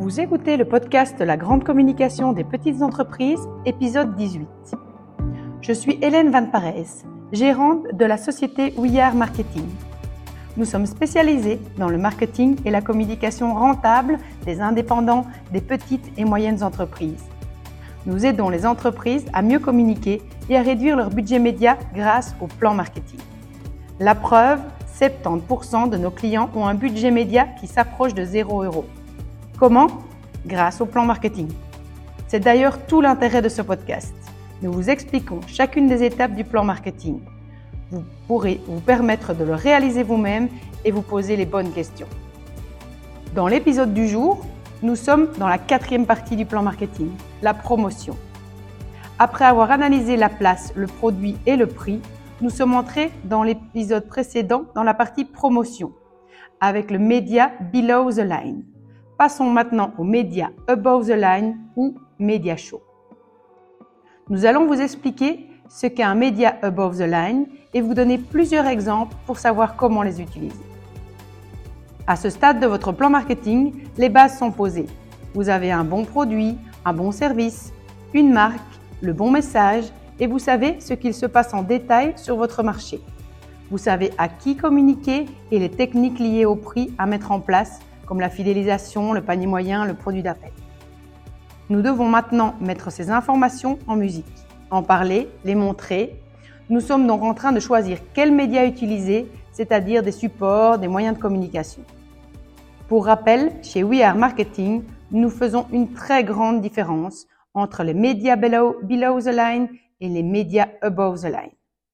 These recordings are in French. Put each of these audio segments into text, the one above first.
Vous écoutez le podcast La grande communication des petites entreprises, épisode 18. Je suis Hélène Van Parijs, gérante de la société We Are Marketing. Nous sommes spécialisés dans le marketing et la communication rentable des indépendants, des petites et moyennes entreprises. Nous aidons les entreprises à mieux communiquer et à réduire leur budget média grâce au plan marketing. La preuve, 70% de nos clients ont un budget média qui s'approche de 0 €. Comment ? Grâce au plan marketing. C'est d'ailleurs tout l'intérêt de ce podcast. Nous vous expliquons chacune des étapes du plan marketing. Vous pourrez vous permettre de le réaliser vous-même et vous poser les bonnes questions. Dans l'épisode du jour, nous sommes dans la 4e partie du plan marketing, la promotion. Après avoir analysé la place, le produit et le prix, nous sommes entrés dans l'épisode précédent dans la partie promotion, avec le média below the line. Passons maintenant au média above the line ou média show. Nous allons vous expliquer ce qu'est un média above the line et vous donner plusieurs exemples pour savoir comment les utiliser. À ce stade de votre plan marketing, les bases sont posées. Vous avez un bon produit, un bon service, une marque, le bon message et vous savez ce qu'il se passe en détail sur votre marché. Vous savez à qui communiquer et les techniques liées au prix à mettre en place, comme la fidélisation, le panier moyen, le produit d'appel. Nous devons maintenant mettre ces informations en musique, en parler, les montrer. Nous sommes donc en train de choisir quels médias utiliser, c'est-à-dire des supports, des moyens de communication. Pour rappel, chez We Are Marketing, nous faisons une très grande différence entre les médias below the line et les médias above the line.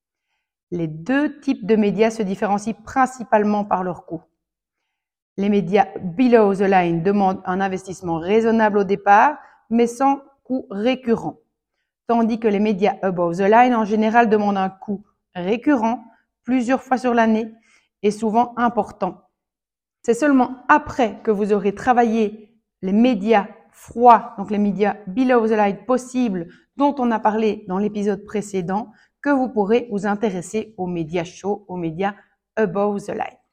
Les deux types de médias se différencient principalement par leur coût. Les médias below the line demandent un investissement raisonnable au départ, mais sans coût récurrent. Tandis que les médias above the line, en général, demandent un coût récurrent, plusieurs fois sur l'année, et souvent important. C'est seulement après que vous aurez travaillé les médias froids, donc les médias below the line possibles, dont on a parlé dans l'épisode précédent, que vous pourrez vous intéresser aux médias chauds, aux médias above the line.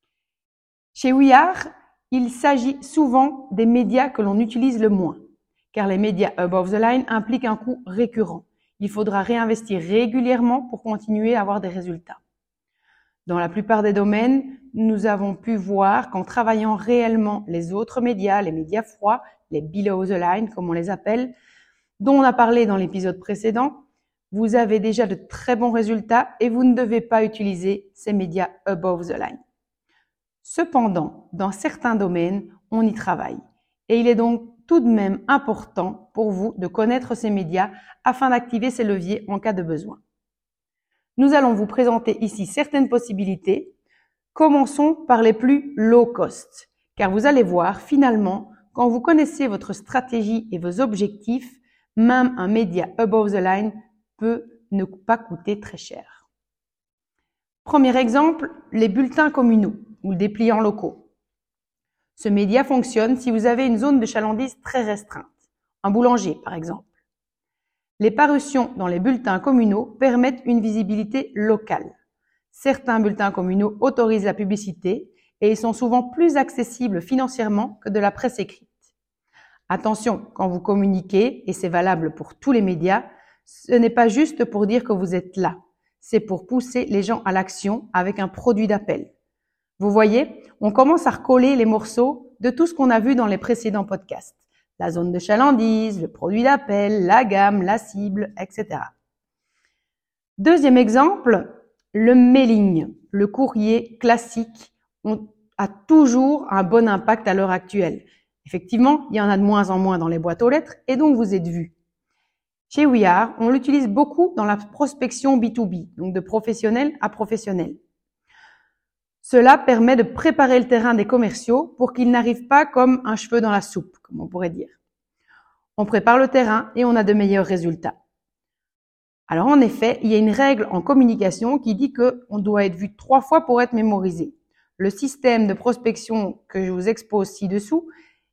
Chez We Are, il s'agit souvent des médias que l'on utilise le moins, car les médias above the line impliquent un coût récurrent. Il faudra réinvestir régulièrement pour continuer à avoir des résultats. Dans la plupart des domaines, nous avons pu voir qu'en travaillant réellement les autres médias, les médias froids, les below the line, comme on les appelle, dont on a parlé dans l'épisode précédent, vous avez déjà de très bons résultats et vous ne devez pas utiliser ces médias above the line. Cependant, dans certains domaines, on y travaille et il est donc tout de même important pour vous de connaître ces médias afin d'activer ces leviers en cas de besoin. Nous allons vous présenter ici certaines possibilités. Commençons par les plus low cost, car vous allez voir finalement, quand vous connaissez votre stratégie et vos objectifs, même un média above the line peut ne pas coûter très cher. Premier exemple, les bulletins communaux ou le dépliant locaux. Ce média fonctionne si vous avez une zone de chalandise très restreinte, un boulanger par exemple. Les parutions dans les bulletins communaux permettent une visibilité locale. Certains bulletins communaux autorisent la publicité et ils sont souvent plus accessibles financièrement que de la presse écrite. Attention, quand vous communiquez, et c'est valable pour tous les médias, ce n'est pas juste pour dire que vous êtes là, c'est pour pousser les gens à l'action avec un produit d'appel. Vous voyez, on commence à recoller les morceaux de tout ce qu'on a vu dans les précédents podcasts. La zone de chalandise, le produit d'appel, la gamme, la cible, etc. Deuxième exemple, le mailing, le courrier classique, a toujours un bon impact à l'heure actuelle. Effectivement, il y en a de moins en moins dans les boîtes aux lettres et donc vous êtes vu. Chez We Are, on l'utilise beaucoup dans la prospection B2B, donc de professionnel à professionnel. Cela permet de préparer le terrain des commerciaux pour qu'ils n'arrivent pas comme un cheveu dans la soupe, comme on pourrait dire. On prépare le terrain et on a de meilleurs résultats. Alors en effet, il y a une règle en communication qui dit qu'on doit être vu 3 fois pour être mémorisé. Le système de prospection que je vous expose ci-dessous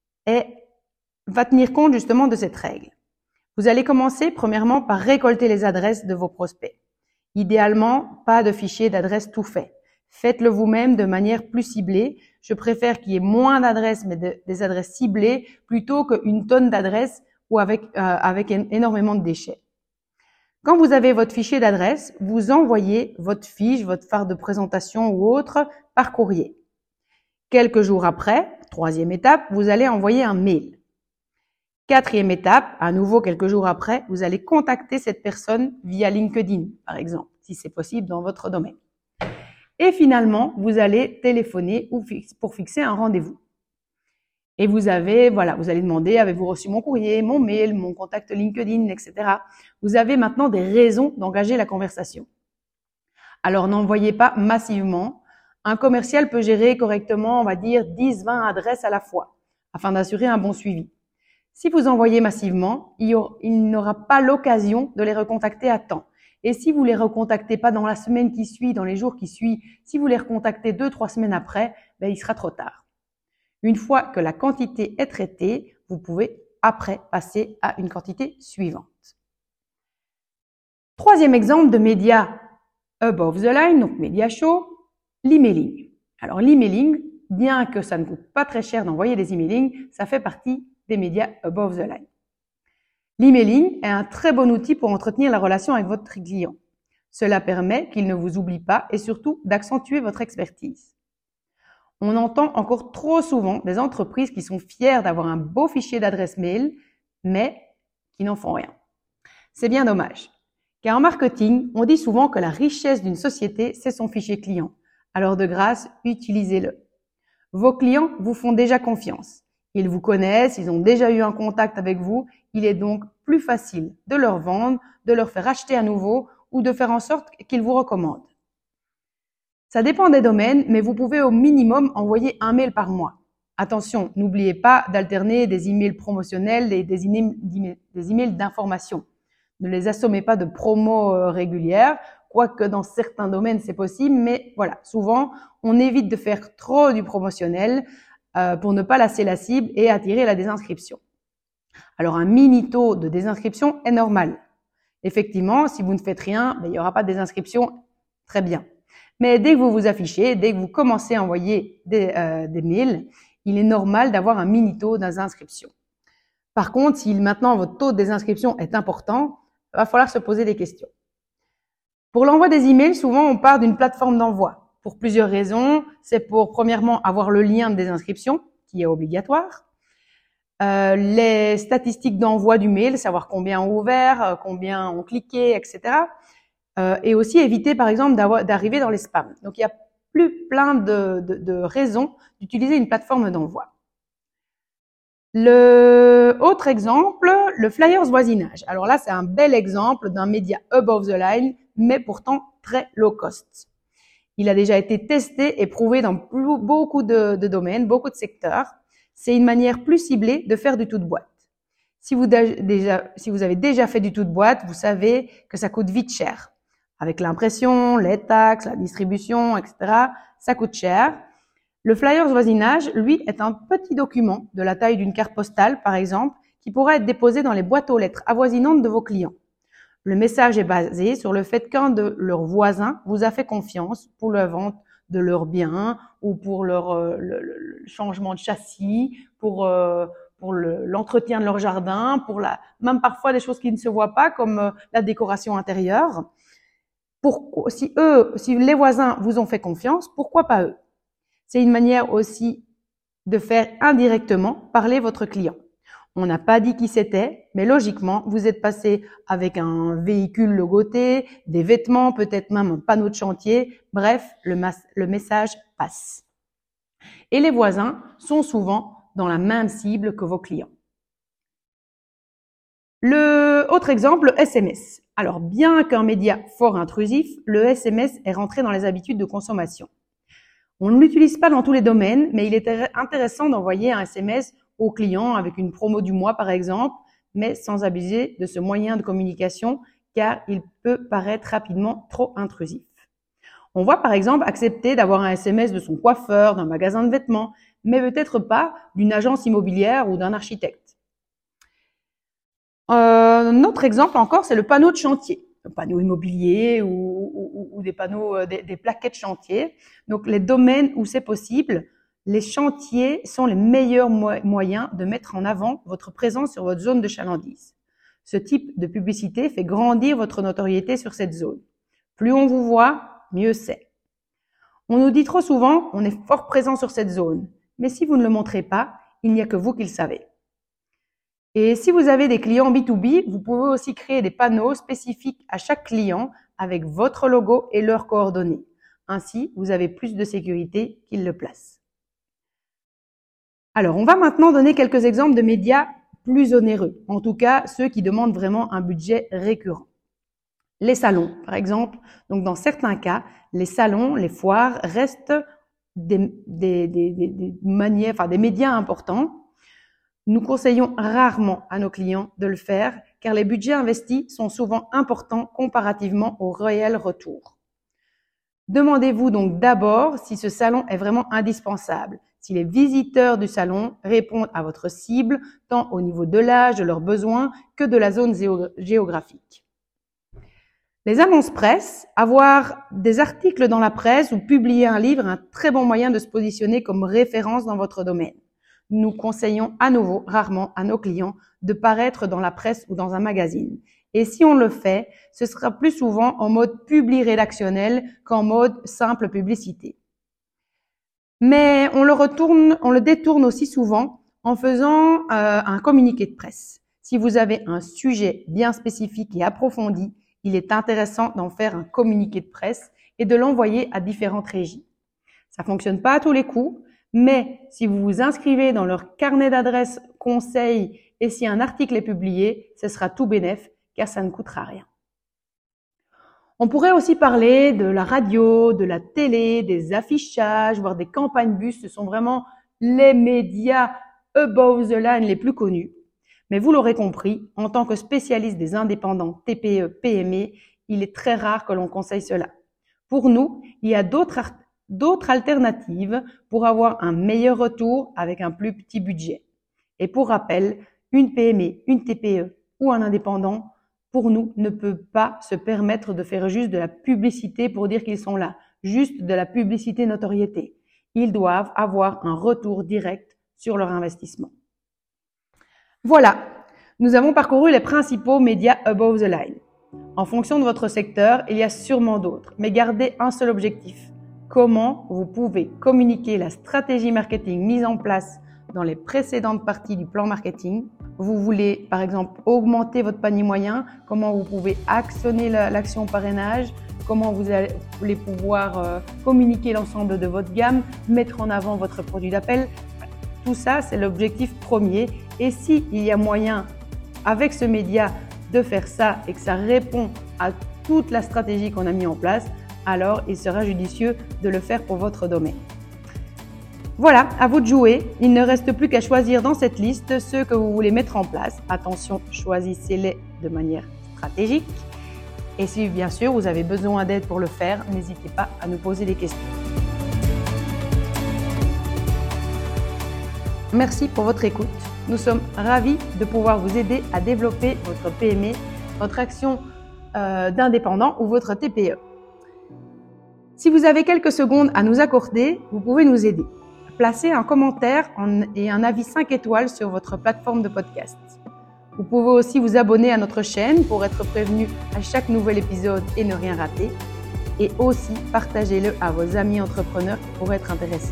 va tenir compte justement de cette règle. Vous allez commencer premièrement par récolter les adresses de vos prospects. Idéalement, pas de fichier d'adresse tout fait. Faites-le vous-même de manière plus ciblée. Je préfère qu'il y ait moins d'adresses, mais des adresses ciblées, plutôt qu'une tonne d'adresses ou avec énormément de déchets. Quand vous avez votre fichier d'adresse, vous envoyez votre fiche, votre phare de présentation ou autre par courrier. Quelques jours après, troisième étape, vous allez envoyer un mail. Quatrième étape, à nouveau quelques jours après, vous allez contacter cette personne via LinkedIn, par exemple, si c'est possible dans votre domaine. Et finalement, vous allez téléphoner pour fixer un rendez-vous. Et vous allez demander, avez-vous reçu mon courrier, mon mail, mon contact LinkedIn, etc. Vous avez maintenant des raisons d'engager la conversation. Alors, n'envoyez pas massivement. Un commercial peut gérer correctement, on va dire, 10-20 adresses à la fois, afin d'assurer un bon suivi. Si vous envoyez massivement, il n'aura pas l'occasion de les recontacter à temps. Et si vous les recontactez pas dans la semaine qui suit, dans les jours qui suivent, si vous les recontactez 2-3 semaines après, il sera trop tard. Une fois que la quantité est traitée, vous pouvez après passer à une quantité suivante. Troisième exemple de média above the line, donc média chaud, l'emailing. Alors l'emailing, bien que ça ne coûte pas très cher d'envoyer des emailing, ça fait partie des médias above the line. L'emailing est un très bon outil pour entretenir la relation avec votre client. Cela permet qu'il ne vous oublie pas et surtout d'accentuer votre expertise. On entend encore trop souvent des entreprises qui sont fières d'avoir un beau fichier d'adresse mail, mais qui n'en font rien. C'est bien dommage. Car en marketing, on dit souvent que la richesse d'une société, c'est son fichier client. Alors de grâce, utilisez-le. Vos clients vous font déjà confiance. Ils vous connaissent, ils ont déjà eu un contact avec vous. Il est donc plus facile de leur vendre, de leur faire acheter à nouveau ou de faire en sorte qu'ils vous recommandent. Ça dépend des domaines, mais vous pouvez au minimum envoyer un mail par mois. Attention, n'oubliez pas d'alterner des emails promotionnels et des emails d'information. Ne les assommez pas de promos régulières, quoique dans certains domaines c'est possible, mais voilà, souvent on évite de faire trop du promotionnel pour ne pas lasser la cible et attirer la désinscription. Alors un mini taux de désinscription est normal. Effectivement, si vous ne faites rien, il n'y aura pas de désinscription, très bien. Mais dès que vous vous affichez, dès que vous commencez à envoyer des mails, il est normal d'avoir un mini taux de désinscription. Par contre, si maintenant votre taux de désinscription est important, il va falloir se poser des questions. Pour l'envoi des emails, souvent on part d'une plateforme d'envoi. Pour plusieurs raisons. C'est pour, premièrement, avoir le lien de désinscription, qui est obligatoire. Les statistiques d'envoi du mail, savoir combien ont ouvert, combien ont cliqué, etc. Et aussi éviter, par exemple, d'arriver dans les spams. Donc, il y a plein de raisons d'utiliser une plateforme d'envoi. Le autre exemple, le flyers voisinage. Alors là, c'est un bel exemple d'un média above the line, mais pourtant très low cost. Il a déjà été testé et prouvé dans beaucoup de domaines, beaucoup de secteurs. C'est une manière plus ciblée de faire du tout de boîte. Si vous avez déjà fait du tout de boîte, vous savez que ça coûte vite cher. Avec l'impression, les taxes, la distribution, etc., ça coûte cher. Le flyers voisinage, lui, est un petit document de la taille d'une carte postale, par exemple, qui pourra être déposé dans les boîtes aux lettres avoisinantes de vos clients. Le message est basé sur le fait qu'un de leurs voisins vous a fait confiance pour la vente de leurs biens ou pour le changement de châssis, pour l'entretien de leur jardin, même parfois des choses qui ne se voient pas comme la décoration intérieure. Si les voisins vous ont fait confiance, pourquoi pas eux? C'est une manière aussi de faire indirectement parler votre client. On n'a pas dit qui c'était, mais logiquement, vous êtes passé avec un véhicule logoté, des vêtements, peut-être même un panneau de chantier. Bref, le message passe. Et les voisins sont souvent dans la même cible que vos clients. Le autre exemple, le SMS. Alors, bien qu'un média fort intrusif, le SMS est rentré dans les habitudes de consommation. On ne l'utilise pas dans tous les domaines, mais il est intéressant d'envoyer un SMS aux clients avec une promo du mois, par exemple, mais sans abuser de ce moyen de communication, car il peut paraître rapidement trop intrusif. On va, par exemple, accepter d'avoir un SMS de son coiffeur, d'un magasin de vêtements, mais peut-être pas d'une agence immobilière ou d'un architecte. Un autre exemple encore, c'est le panneau de chantier. panneaux immobiliers ou des panneaux, des plaquettes chantier. Donc, les domaines où c'est possible, les chantiers sont les meilleurs moyens de mettre en avant votre présence sur votre zone de chalandise. Ce type de publicité fait grandir votre notoriété sur cette zone. Plus on vous voit, mieux c'est. On nous dit trop souvent, on est fort présent sur cette zone. Mais si vous ne le montrez pas, il n'y a que vous qui le savez. Et si vous avez des clients B2B, vous pouvez aussi créer des panneaux spécifiques à chaque client avec votre logo et leurs coordonnées. Ainsi, vous avez plus de sécurité qu'ils le placent. Alors, on va maintenant donner quelques exemples de médias plus onéreux, en tout cas ceux qui demandent vraiment un budget récurrent. Les salons, par exemple. Donc, dans certains cas, les salons, les foires restent des médias importants. Nous conseillons rarement à nos clients de le faire car les budgets investis sont souvent importants comparativement au réel retour. Demandez-vous donc d'abord si ce salon est vraiment indispensable, si les visiteurs du salon répondent à votre cible, tant au niveau de l'âge, de leurs besoins, que de la zone géographique. Les annonces presse, avoir des articles dans la presse ou publier un livre est un très bon moyen de se positionner comme référence dans votre domaine. Nous conseillons à nouveau rarement à nos clients de paraître dans la presse ou dans un magazine. Et si on le fait, ce sera plus souvent en mode publi rédactionnel qu'en mode simple publicité. Mais on le détourne aussi souvent en faisant un communiqué de presse. Si vous avez un sujet bien spécifique et approfondi, il est intéressant d'en faire un communiqué de presse et de l'envoyer à différentes régies. Ça fonctionne pas à tous les coups, mais si vous vous inscrivez dans leur carnet d'adresses conseils et si un article est publié, ce sera tout bénef car ça ne coûtera rien. On pourrait aussi parler de la radio, de la télé, des affichages, voire des campagnes bus. Ce sont vraiment les médias above the line les plus connus. Mais vous l'aurez compris, en tant que spécialiste des indépendants TPE, PME, il est très rare que l'on conseille cela. Pour nous, il y a d'autres alternatives pour avoir un meilleur retour avec un plus petit budget. Et pour rappel, une PME, une TPE ou un indépendant, pour nous, ne peut pas se permettre de faire juste de la publicité pour dire qu'ils sont là, juste de la publicité notoriété. Ils doivent avoir un retour direct sur leur investissement. Voilà, nous avons parcouru les principaux médias above the line. En fonction de votre secteur, il y a sûrement d'autres, mais gardez un seul objectif. Comment vous pouvez communiquer la stratégie marketing mise en place dans les précédentes parties du plan marketing. Vous voulez, par exemple, augmenter votre panier moyen, comment vous pouvez actionner l'action parrainage, comment vous allez pouvoir communiquer l'ensemble de votre gamme, mettre en avant votre produit d'appel. Tout ça, c'est l'objectif premier. Et s'il y a moyen, avec ce média, de faire ça et que ça répond à toute la stratégie qu'on a mis en place, alors il sera judicieux de le faire pour votre domaine. Voilà, à vous de jouer. Il ne reste plus qu'à choisir dans cette liste ceux que vous voulez mettre en place. Attention, choisissez-les de manière stratégique. Et si bien sûr vous avez besoin d'aide pour le faire, n'hésitez pas à nous poser des questions. Merci pour votre écoute. Nous sommes ravis de pouvoir vous aider à développer votre PME, votre action d'indépendant ou votre TPE. Si vous avez quelques secondes à nous accorder, vous pouvez nous aider. Placez un commentaire et un avis 5 étoiles sur votre plateforme de podcast. Vous pouvez aussi vous abonner à notre chaîne pour être prévenu à chaque nouvel épisode et ne rien rater. Et aussi partagez-le à vos amis entrepreneurs qui pourraient être intéressés.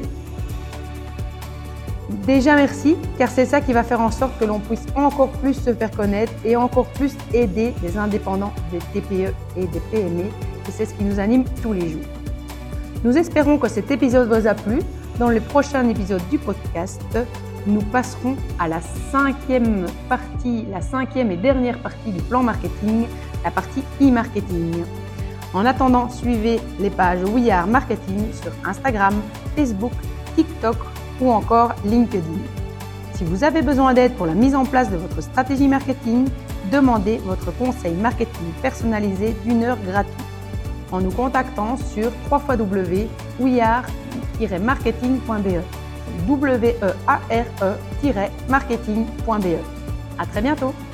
Déjà merci, car c'est ça qui va faire en sorte que l'on puisse encore plus se faire connaître et encore plus aider les indépendants, des TPE et des PME. Et c'est ce qui nous anime tous les jours. Nous espérons que cet épisode vous a plu. Dans le prochain épisode du podcast, nous passerons à la cinquième et dernière partie du plan marketing, la partie e-marketing. En attendant, suivez les pages We Are Marketing sur Instagram, Facebook, TikTok ou encore LinkedIn. Si vous avez besoin d'aide pour la mise en place de votre stratégie marketing, demandez votre conseil marketing personnalisé d'1 heure gratuit en nous contactant sur www.weare-marketing.be weare-marketing.be. À très bientôt.